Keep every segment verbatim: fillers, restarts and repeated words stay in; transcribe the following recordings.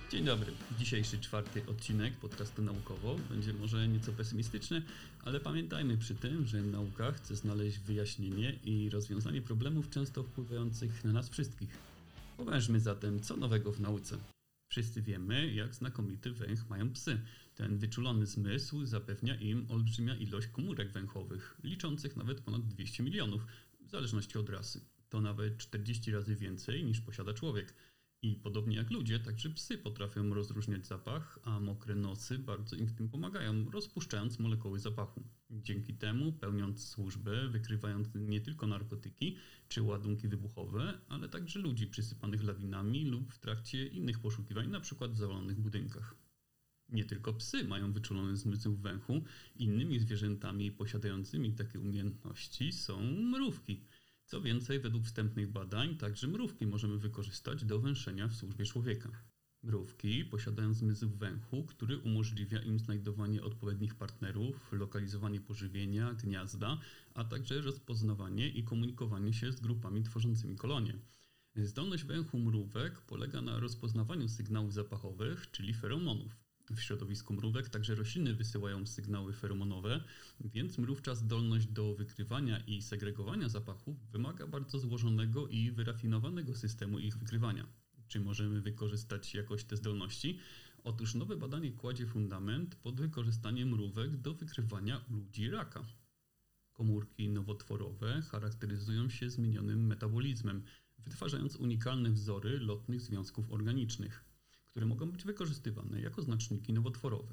Dzień dobry. Dzisiejszy czwarty odcinek podcastu Naukowo będzie może nieco pesymistyczny, ale pamiętajmy przy tym, że nauka chce znaleźć wyjaśnienie i rozwiązanie problemów często wpływających na nas wszystkich. Powężmy zatem, co nowego w nauce. Wszyscy wiemy, jak znakomity węch mają psy. Ten wyczulony zmysł zapewnia im olbrzymia ilość komórek węchowych, liczących nawet ponad dwieście milionów, w zależności od rasy. To nawet czterdzieści razy więcej niż posiada człowiek. I podobnie jak ludzie, także psy potrafią rozróżniać zapach, a mokre nosy bardzo im w tym pomagają, rozpuszczając molekuły zapachu. Dzięki temu, pełniąc służbę, wykrywając nie tylko narkotyki czy ładunki wybuchowe, ale także ludzi przysypanych lawinami lub w trakcie innych poszukiwań, np. w zawalonych budynkach. Nie tylko psy mają wyczulony zmysł węchu, innymi zwierzętami posiadającymi takie umiejętności są mrówki. Co więcej, według wstępnych badań, także mrówki możemy wykorzystać do węszenia w służbie człowieka. Mrówki posiadają zmysł węchu, który umożliwia im znajdowanie odpowiednich partnerów, lokalizowanie pożywienia, gniazda, a także rozpoznawanie i komunikowanie się z grupami tworzącymi kolonie. Zdolność węchu mrówek polega na rozpoznawaniu sygnałów zapachowych, czyli feromonów. W środowisku mrówek także rośliny wysyłają sygnały feromonowe, więc mrówcza zdolność do wykrywania i segregowania zapachów wymaga bardzo złożonego i wyrafinowanego systemu ich wykrywania. Czy możemy wykorzystać jakoś te zdolności? Otóż nowe badanie kładzie fundament pod wykorzystanie mrówek do wykrywania u ludzi raka. Komórki nowotworowe charakteryzują się zmienionym metabolizmem, wytwarzając unikalne wzory lotnych związków organicznych, które mogą być wykorzystywane jako znaczniki nowotworowe.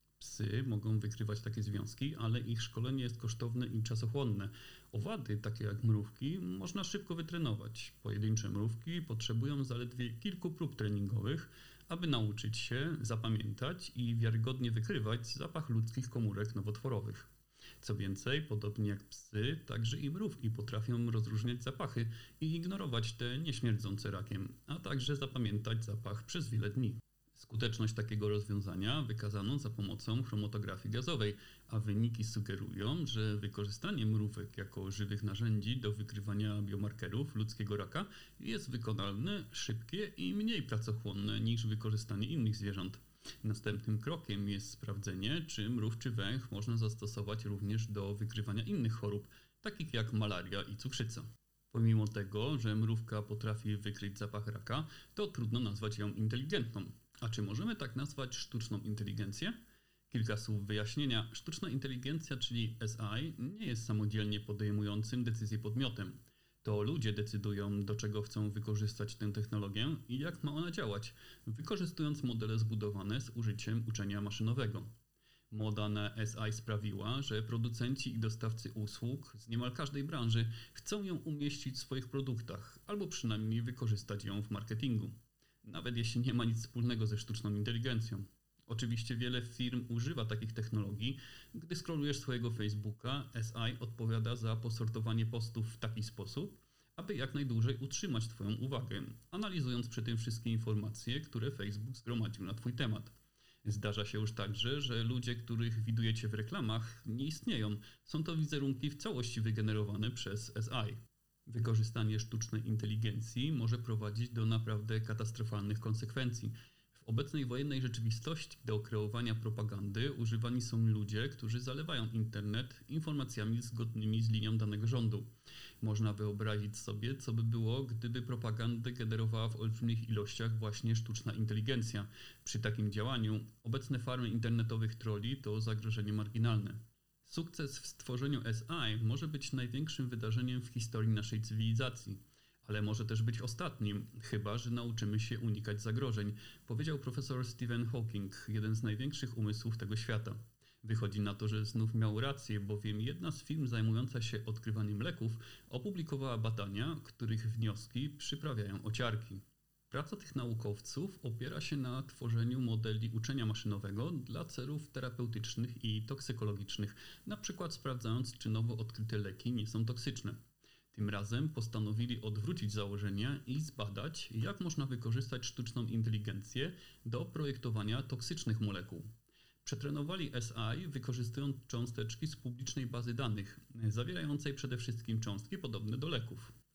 Psy mogą wykrywać takie związki, ale ich szkolenie jest kosztowne i czasochłonne. Owady, takie jak mrówki, można szybko wytrenować. Pojedyncze mrówki potrzebują zaledwie kilku prób treningowych, aby nauczyć się, zapamiętać i wiarygodnie wykrywać zapach ludzkich komórek nowotworowych. Co więcej, podobnie jak psy, także i mrówki potrafią rozróżniać zapachy i ignorować te nieśmierdzące rakiem, a także zapamiętać zapach przez wiele dni. Skuteczność takiego rozwiązania wykazano za pomocą chromatografii gazowej, a wyniki sugerują, że wykorzystanie mrówek jako żywych narzędzi do wykrywania biomarkerów ludzkiego raka jest wykonalne, szybkie i mniej pracochłonne niż wykorzystanie innych zwierząt. Następnym krokiem jest sprawdzenie, czy mrówczy węch można zastosować również do wykrywania innych chorób, takich jak malaria i cukrzyca. Pomimo tego, że mrówka potrafi wykryć zapach raka, to trudno nazwać ją inteligentną. A czy możemy tak nazwać sztuczną inteligencję? Kilka słów wyjaśnienia. Sztuczna inteligencja, czyli S I, nie jest samodzielnie podejmującym decyzje podmiotem. To ludzie decydują, do czego chcą wykorzystać tę technologię i jak ma ona działać, wykorzystując modele zbudowane z użyciem uczenia maszynowego. Moda na S I sprawiła, że producenci i dostawcy usług z niemal każdej branży chcą ją umieścić w swoich produktach, albo przynajmniej wykorzystać ją w marketingu. Nawet jeśli nie ma nic wspólnego ze sztuczną inteligencją. Oczywiście wiele firm używa takich technologii. Gdy scrollujesz swojego Facebooka, S I odpowiada za posortowanie postów w taki sposób, aby jak najdłużej utrzymać Twoją uwagę, analizując przy tym wszystkie informacje, które Facebook zgromadził na Twój temat. Zdarza się już także, że ludzie, których widujecie w reklamach, nie istnieją. Są to wizerunki w całości wygenerowane przez S I. Wykorzystanie sztucznej inteligencji może prowadzić do naprawdę katastrofalnych konsekwencji. W obecnej wojennej rzeczywistości do kreowania propagandy używani są ludzie, którzy zalewają internet informacjami zgodnymi z linią danego rządu. Można wyobrazić sobie, co by było, gdyby propagandę generowała w olbrzymich ilościach właśnie sztuczna inteligencja. Przy takim działaniu obecne farmy internetowych trolli to zagrożenie marginalne. Sukces w stworzeniu S I może być największym wydarzeniem w historii naszej cywilizacji. Ale może też być ostatnim, chyba że nauczymy się unikać zagrożeń, powiedział profesor Stephen Hawking, jeden z największych umysłów tego świata. Wychodzi na to, że znów miał rację, bowiem jedna z firm zajmująca się odkrywaniem leków opublikowała badania, których wnioski przyprawiają ociarki. Praca tych naukowców opiera się na tworzeniu modeli uczenia maszynowego dla celów terapeutycznych i toksykologicznych, na przykład sprawdzając, czy nowo odkryte leki nie są toksyczne. Tym razem postanowili odwrócić założenia i zbadać, jak można wykorzystać sztuczną inteligencję do projektowania toksycznych molekuł. Przetrenowali S I wykorzystując cząsteczki z publicznej bazy danych, zawierającej przede wszystkim cząstki podobne do leków. W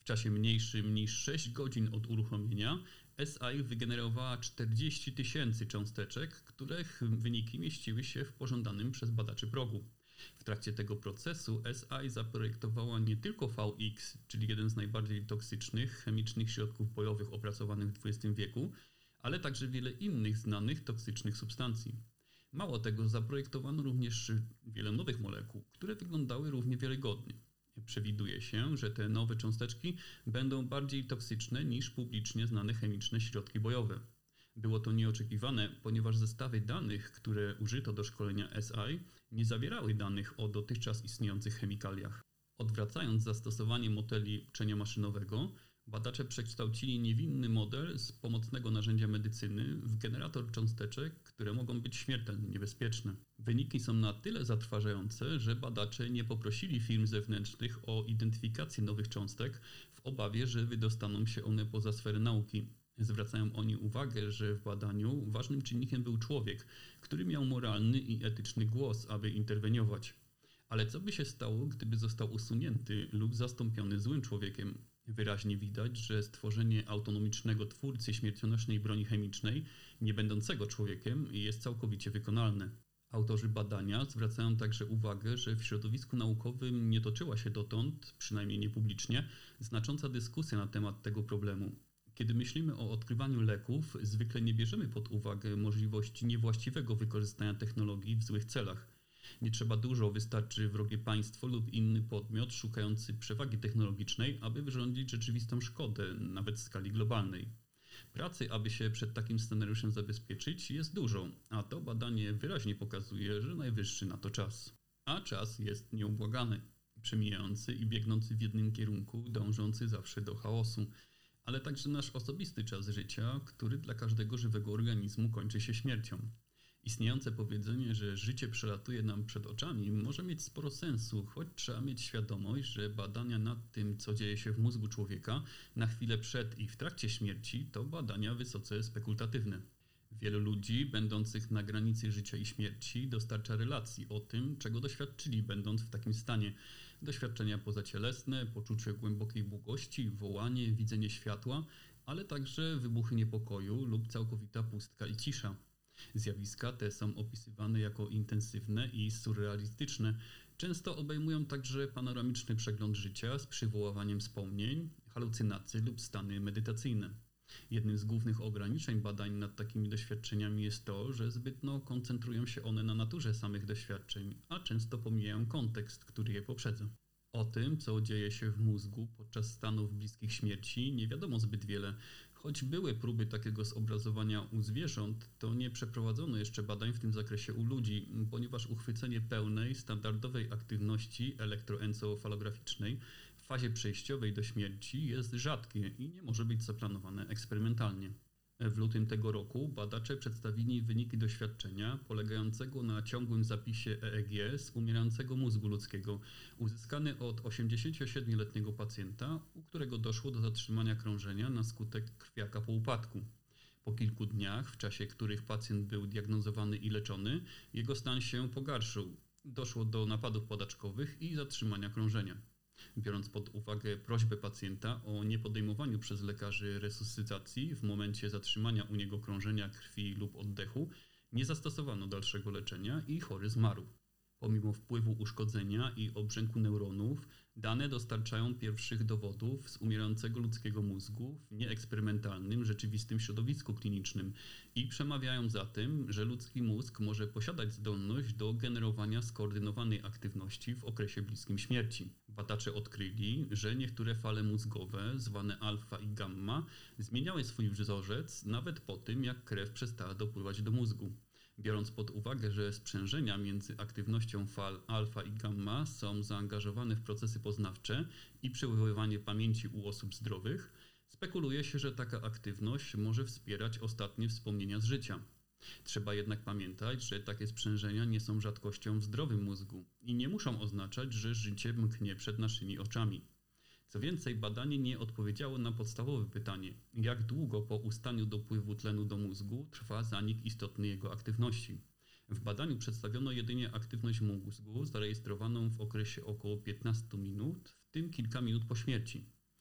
czasie mniejszym niż sześć godzin od uruchomienia S I wygenerowała czterdzieści tysięcy cząsteczek, których wyniki mieściły się w pożądanym przez badaczy progu. W trakcie tego procesu S I zaprojektowała nie tylko V X, czyli jeden z najbardziej toksycznych chemicznych środków bojowych opracowanych w dwudziestym wieku, ale także wiele innych znanych toksycznych substancji. Mało tego, zaprojektowano również wiele nowych molekuł, które wyglądały równie wiarygodnie. Przewiduje się, że te nowe cząsteczki będą bardziej toksyczne niż publicznie znane chemiczne środki bojowe. Było to nieoczekiwane, ponieważ zestawy danych, które użyto do szkolenia S I, nie zawierały danych o dotychczas istniejących chemikaliach. Odwracając zastosowanie modeli uczenia maszynowego, badacze przekształcili niewinny model z pomocnego narzędzia medycyny w generator cząsteczek, które mogą być śmiertelnie niebezpieczne. Wyniki są na tyle zatrważające, że badacze nie poprosili firm zewnętrznych o identyfikację nowych cząstek w obawie, że wydostaną się one poza sferę nauki. Zwracają oni uwagę, że w badaniu ważnym czynnikiem był człowiek, który miał moralny i etyczny głos, aby interweniować. Ale co by się stało, gdyby został usunięty lub zastąpiony złym człowiekiem? Wyraźnie widać, że stworzenie autonomicznego twórcy śmiercionośnej broni chemicznej, nie będącego człowiekiem, jest całkowicie wykonalne. Autorzy badania zwracają także uwagę, że w środowisku naukowym nie toczyła się dotąd, przynajmniej nie publicznie, znacząca dyskusja na temat tego problemu. Kiedy myślimy o odkrywaniu leków, zwykle nie bierzemy pod uwagę możliwości niewłaściwego wykorzystania technologii w złych celach. Nie trzeba dużo, wystarczy wrogie państwo lub inny podmiot szukający przewagi technologicznej, aby wyrządzić rzeczywistą szkodę, nawet w skali globalnej. Pracy, aby się przed takim scenariuszem zabezpieczyć, jest dużo, a to badanie wyraźnie pokazuje, że najwyższy na to czas. A czas jest nieubłagany, przemijający i biegnący w jednym kierunku, dążący zawsze do chaosu, ale także nasz osobisty czas życia, który dla każdego żywego organizmu kończy się śmiercią. Istniejące powiedzenie, że życie przelatuje nam przed oczami, może mieć sporo sensu, choć trzeba mieć świadomość, że badania nad tym, co dzieje się w mózgu człowieka na chwilę przed i w trakcie śmierci, to badania wysoce spekulatywne. Wielu ludzi, będących na granicy życia i śmierci, dostarcza relacji o tym, czego doświadczyli, będąc w takim stanie. Doświadczenia pozacielesne, poczucie głębokiej błogości, wołanie, widzenie światła, ale także wybuchy niepokoju lub całkowita pustka i cisza. Zjawiska te są opisywane jako intensywne i surrealistyczne. Często obejmują także panoramiczny przegląd życia z przywoływaniem wspomnień, halucynacje lub stany medytacyjne. Jednym z głównych ograniczeń badań nad takimi doświadczeniami jest to, że zbytnio koncentrują się one na naturze samych doświadczeń, a często pomijają kontekst, który je poprzedza. O tym, co dzieje się w mózgu podczas stanów bliskich śmierci, nie wiadomo zbyt wiele. Choć były próby takiego zobrazowania u zwierząt, to nie przeprowadzono jeszcze badań w tym zakresie u ludzi, ponieważ uchwycenie pełnej, standardowej aktywności elektroencefalograficznej w fazie przejściowej do śmierci jest rzadkie i nie może być zaplanowane eksperymentalnie. W lutym tego roku badacze przedstawili wyniki doświadczenia polegającego na ciągłym zapisie E E G z umierającego mózgu ludzkiego, uzyskany od osiemdziesięciosiedmioletniego pacjenta, u którego doszło do zatrzymania krążenia na skutek krwiaka po upadku. Po kilku dniach, w czasie których pacjent był diagnozowany i leczony, jego stan się pogarszył. Doszło do napadów podaczkowych i zatrzymania krążenia. Biorąc pod uwagę prośbę pacjenta o niepodejmowaniu przez lekarzy resuscytacji w momencie zatrzymania u niego krążenia krwi lub oddechu, nie zastosowano dalszego leczenia i chory zmarł. Pomimo wpływu uszkodzenia i obrzęku neuronów, dane dostarczają pierwszych dowodów z umierającego ludzkiego mózgu w nieeksperymentalnym, rzeczywistym środowisku klinicznym i przemawiają za tym, że ludzki mózg może posiadać zdolność do generowania skoordynowanej aktywności w okresie bliskim śmierci. Badacze odkryli, że niektóre fale mózgowe, zwane alfa i gamma, zmieniały swój wzorzec nawet po tym, jak krew przestała dopływać do mózgu. Biorąc pod uwagę, że sprzężenia między aktywnością fal alfa i gamma są zaangażowane w procesy poznawcze i przechowywanie pamięci u osób zdrowych, spekuluje się, że taka aktywność może wspierać ostatnie wspomnienia z życia. Trzeba jednak pamiętać, że takie sprzężenia nie są rzadkością w zdrowym mózgu i nie muszą oznaczać, że życie mknie przed naszymi oczami. Co więcej, badanie nie odpowiedziało na podstawowe pytanie, jak długo po ustaniu dopływu tlenu do mózgu trwa zanik istotny jego aktywności. W badaniu przedstawiono jedynie aktywność mózgu zarejestrowaną w okresie około piętnastu minut, w tym kilka minut po śmierci.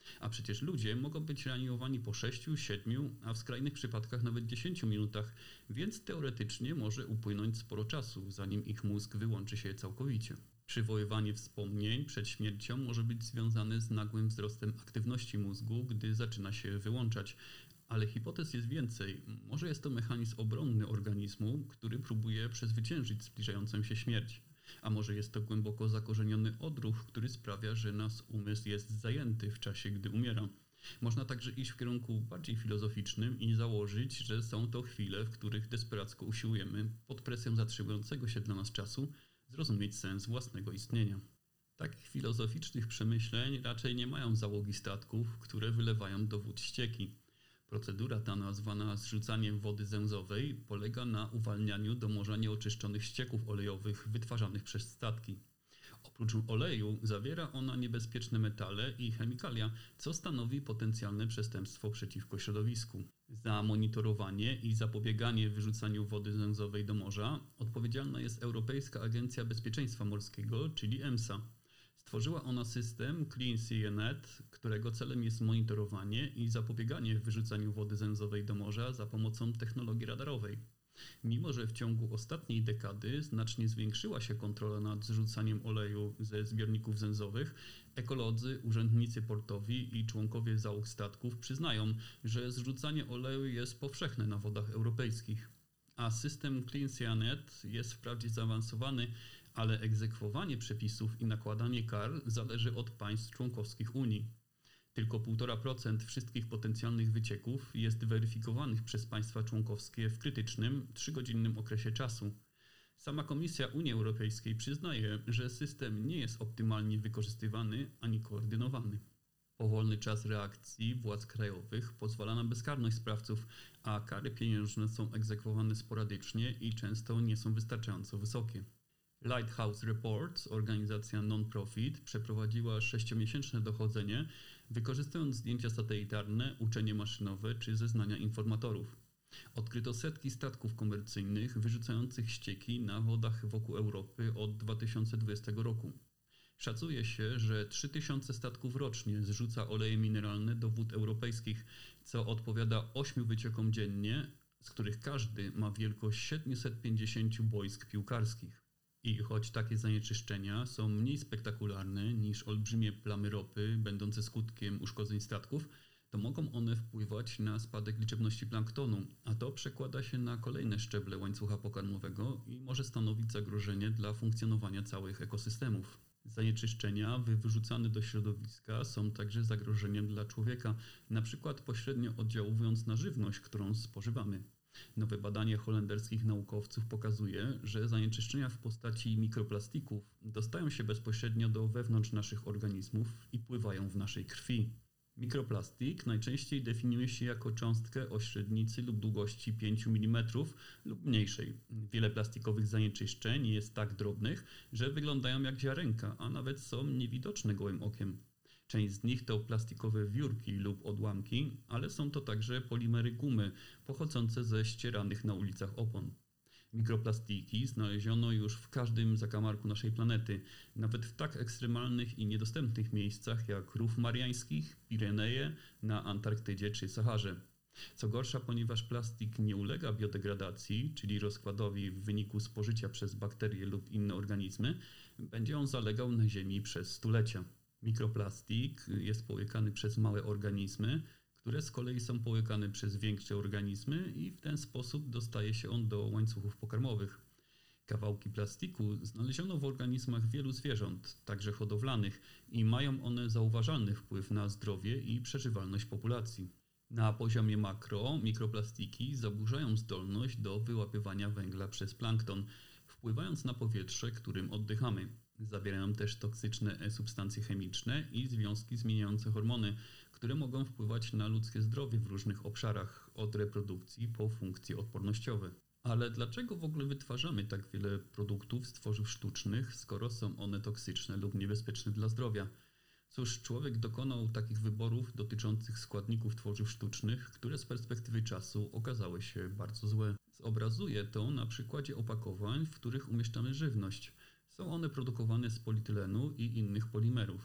A przecież ludzie mogą być reanimowani po sześciu, siedmiu, a w skrajnych przypadkach nawet dziesięciu minutach, więc teoretycznie może upłynąć sporo czasu, zanim ich mózg wyłączy się całkowicie. Przywoływanie wspomnień przed śmiercią może być związane z nagłym wzrostem aktywności mózgu, gdy zaczyna się wyłączać. Ale hipotez jest więcej. Może jest to mechanizm obronny organizmu, który próbuje przezwyciężyć zbliżającą się śmierć. A może jest to głęboko zakorzeniony odruch, który sprawia, że nasz umysł jest zajęty w czasie, gdy umiera. Można także iść w kierunku bardziej filozoficznym i założyć, że są to chwile, w których desperacko usiłujemy, pod presją zatrzymującego się dla nas czasu, zrozumieć sens własnego istnienia. Takich filozoficznych przemyśleń raczej nie mają załogi statków, które wylewają do wód ścieki. Procedura ta, nazwana zrzucaniem wody zęzowej, polega na uwalnianiu do morza nieoczyszczonych ścieków olejowych wytwarzanych przez statki. Oprócz oleju zawiera ona niebezpieczne metale i chemikalia, co stanowi potencjalne przestępstwo przeciwko środowisku. Za monitorowanie i zapobieganie wyrzucaniu wody zęzowej do morza odpowiedzialna jest Europejska Agencja Bezpieczeństwa Morskiego, czyli EMSA. Stworzyła ona system Clean Sea Net, którego celem jest monitorowanie i zapobieganie wyrzucaniu wody zęzowej do morza za pomocą technologii radarowej. Mimo że w ciągu ostatniej dekady znacznie zwiększyła się kontrola nad zrzucaniem oleju ze zbiorników zęzowych, ekolodzy, urzędnicy portowi i członkowie załóg statków przyznają, że zrzucanie oleju jest powszechne na wodach europejskich. A system Clean Sea Net jest wprawdzie zaawansowany, ale egzekwowanie przepisów i nakładanie kar zależy od państw członkowskich Unii. Tylko półtora procent wszystkich potencjalnych wycieków jest weryfikowanych przez państwa członkowskie w krytycznym, trzygodzinnym okresie czasu. Sama Komisja Unii Europejskiej przyznaje, że system nie jest optymalnie wykorzystywany ani koordynowany. Powolny czas reakcji władz krajowych pozwala na bezkarność sprawców, a kary pieniężne są egzekwowane sporadycznie i często nie są wystarczająco wysokie. Lighthouse Reports, organizacja non-profit, przeprowadziła sześciomiesięczne dochodzenie, wykorzystując zdjęcia satelitarne, uczenie maszynowe czy zeznania informatorów. Odkryto setki statków komercyjnych wyrzucających ścieki na wodach wokół Europy od dwa tysiące dwudziestego roku. Szacuje się, że trzy tysiące statków rocznie zrzuca oleje mineralne do wód europejskich, co odpowiada ośmiu wyciekom dziennie, z których każdy ma wielkość siedemset pięćdziesiąt boisk piłkarskich. I choć takie zanieczyszczenia są mniej spektakularne niż olbrzymie plamy ropy będące skutkiem uszkodzeń statków, to mogą one wpływać na spadek liczebności planktonu, a to przekłada się na kolejne szczeble łańcucha pokarmowego i może stanowić zagrożenie dla funkcjonowania całych ekosystemów. Zanieczyszczenia wyrzucane do środowiska są także zagrożeniem dla człowieka, na przykład pośrednio oddziałując na żywność, którą spożywamy. Nowe badanie holenderskich naukowców pokazuje, że zanieczyszczenia w postaci mikroplastików dostają się bezpośrednio do wewnątrz naszych organizmów i pływają w naszej krwi. Mikroplastik najczęściej definiuje się jako cząstkę o średnicy lub długości pięć milimetrów lub mniejszej. Wiele plastikowych zanieczyszczeń jest tak drobnych, że wyglądają jak ziarenka, a nawet są niewidoczne gołym okiem. Część z nich to plastikowe wiórki lub odłamki, ale są to także polimery gumy pochodzące ze ścieranych na ulicach opon. Mikroplastiki znaleziono już w każdym zakamarku naszej planety, nawet w tak ekstremalnych i niedostępnych miejscach jak Rów Mariańskich, Pireneje, na Antarktydzie czy Saharze. Co gorsza, ponieważ plastik nie ulega biodegradacji, czyli rozkładowi w wyniku spożycia przez bakterie lub inne organizmy, będzie on zalegał na Ziemi przez stulecia. Mikroplastik jest połykany przez małe organizmy, które z kolei są połykane przez większe organizmy i w ten sposób dostaje się on do łańcuchów pokarmowych. Kawałki plastiku znaleziono w organizmach wielu zwierząt, także hodowlanych, i mają one zauważalny wpływ na zdrowie i przeżywalność populacji. Na poziomie makro mikroplastiki zaburzają zdolność do wyłapywania węgla przez plankton, wpływając na powietrze, którym oddychamy. Zawierają też toksyczne substancje chemiczne i związki zmieniające hormony, które mogą wpływać na ludzkie zdrowie w różnych obszarach, od reprodukcji po funkcje odpornościowe. Ale dlaczego w ogóle wytwarzamy tak wiele produktów z tworzyw sztucznych, skoro są one toksyczne lub niebezpieczne dla zdrowia? Cóż, człowiek dokonał takich wyborów dotyczących składników tworzyw sztucznych, które z perspektywy czasu okazały się bardzo złe. Zobrazuję to na przykładzie opakowań, w których umieszczamy żywność. Są one produkowane z polietilenu i innych polimerów.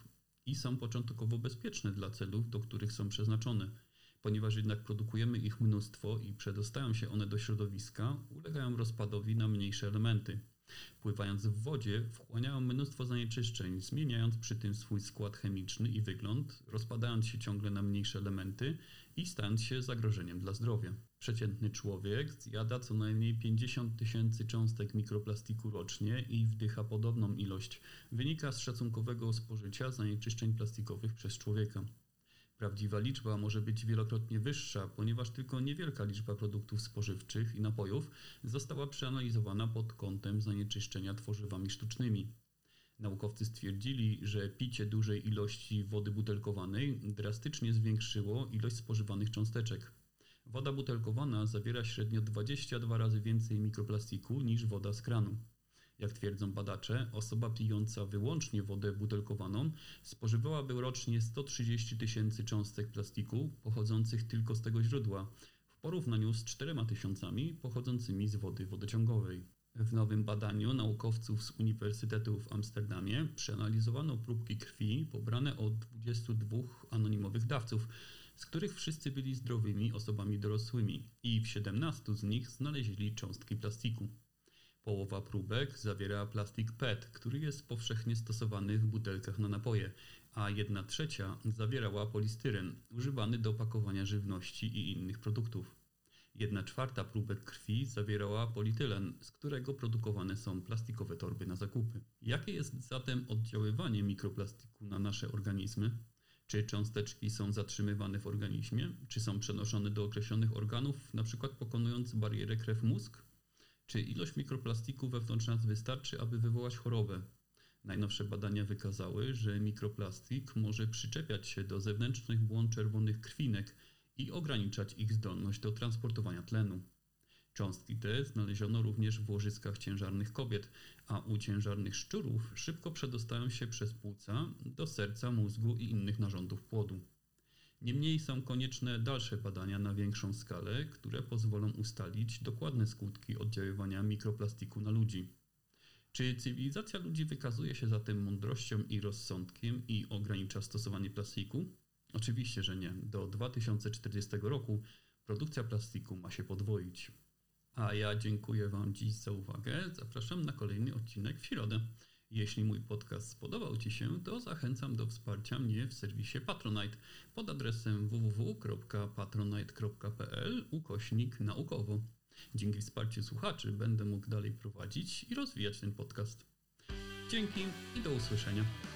i są początkowo bezpieczne dla celów, do których są przeznaczone. Ponieważ jednak produkujemy ich mnóstwo i przedostają się one do środowiska, ulegają rozpadowi na mniejsze elementy. Pływając w wodzie, wchłaniają mnóstwo zanieczyszczeń, zmieniając przy tym swój skład chemiczny i wygląd, rozpadając się ciągle na mniejsze elementy i stając się zagrożeniem dla zdrowia. Przeciętny człowiek zjada co najmniej pięćdziesiąt tysięcy cząstek mikroplastiku rocznie i wdycha podobną ilość. Wynika z szacunkowego spożycia zanieczyszczeń plastikowych przez człowieka. Prawdziwa liczba może być wielokrotnie wyższa, ponieważ tylko niewielka liczba produktów spożywczych i napojów została przeanalizowana pod kątem zanieczyszczenia tworzywami sztucznymi. Naukowcy stwierdzili, że picie dużej ilości wody butelkowanej drastycznie zwiększyło ilość spożywanych cząsteczek. Woda butelkowana zawiera średnio dwadzieścia dwa razy więcej mikroplastiku niż woda z kranu. Jak twierdzą badacze, osoba pijąca wyłącznie wodę butelkowaną spożywałaby rocznie sto trzydzieści tysięcy cząstek plastiku pochodzących tylko z tego źródła, w porównaniu z czterema tysiącami pochodzącymi z wody wodociągowej. W nowym badaniu naukowców z Uniwersytetu w Amsterdamie przeanalizowano próbki krwi pobrane od dwudziestu dwóch anonimowych dawców, z których wszyscy byli zdrowymi osobami dorosłymi i w siedemnastu z nich znaleźli cząstki plastiku. Połowa próbek zawiera plastik P E T, który jest powszechnie stosowany w butelkach na napoje, a jedna trzecia zawierała polistyren, używany do pakowania żywności i innych produktów. Jedna czwarta próbek krwi zawierała polietylen, z którego produkowane są plastikowe torby na zakupy. Jakie jest zatem oddziaływanie mikroplastiku na nasze organizmy? Czy cząsteczki są zatrzymywane w organizmie? Czy są przenoszone do określonych organów, np. pokonując barierę krew-mózg? Czy ilość mikroplastiku wewnątrz nas wystarczy, aby wywołać chorobę? Najnowsze badania wykazały, że mikroplastik może przyczepiać się do zewnętrznych błon czerwonych krwinek i ograniczać ich zdolność do transportowania tlenu. Cząstki te znaleziono również w łożyskach ciężarnych kobiet, a u ciężarnych szczurów szybko przedostają się przez płuca do serca, mózgu i innych narządów płodu. Niemniej są konieczne dalsze badania na większą skalę, które pozwolą ustalić dokładne skutki oddziaływania mikroplastiku na ludzi. Czy cywilizacja ludzi wykazuje się zatem mądrością i rozsądkiem i ogranicza stosowanie plastiku? Oczywiście, że nie. Do dwa tysiące czterdziestego roku produkcja plastiku ma się podwoić. A ja dziękuję Wam dziś za uwagę. Zapraszam na kolejny odcinek w środę. Jeśli mój podcast spodobał Ci się, to zachęcam do wsparcia mnie w serwisie Patronite pod adresem w w w kropka patronite kropka p l ukośnik naukowo. Dzięki wsparciu słuchaczy będę mógł dalej prowadzić i rozwijać ten podcast. Dzięki i do usłyszenia.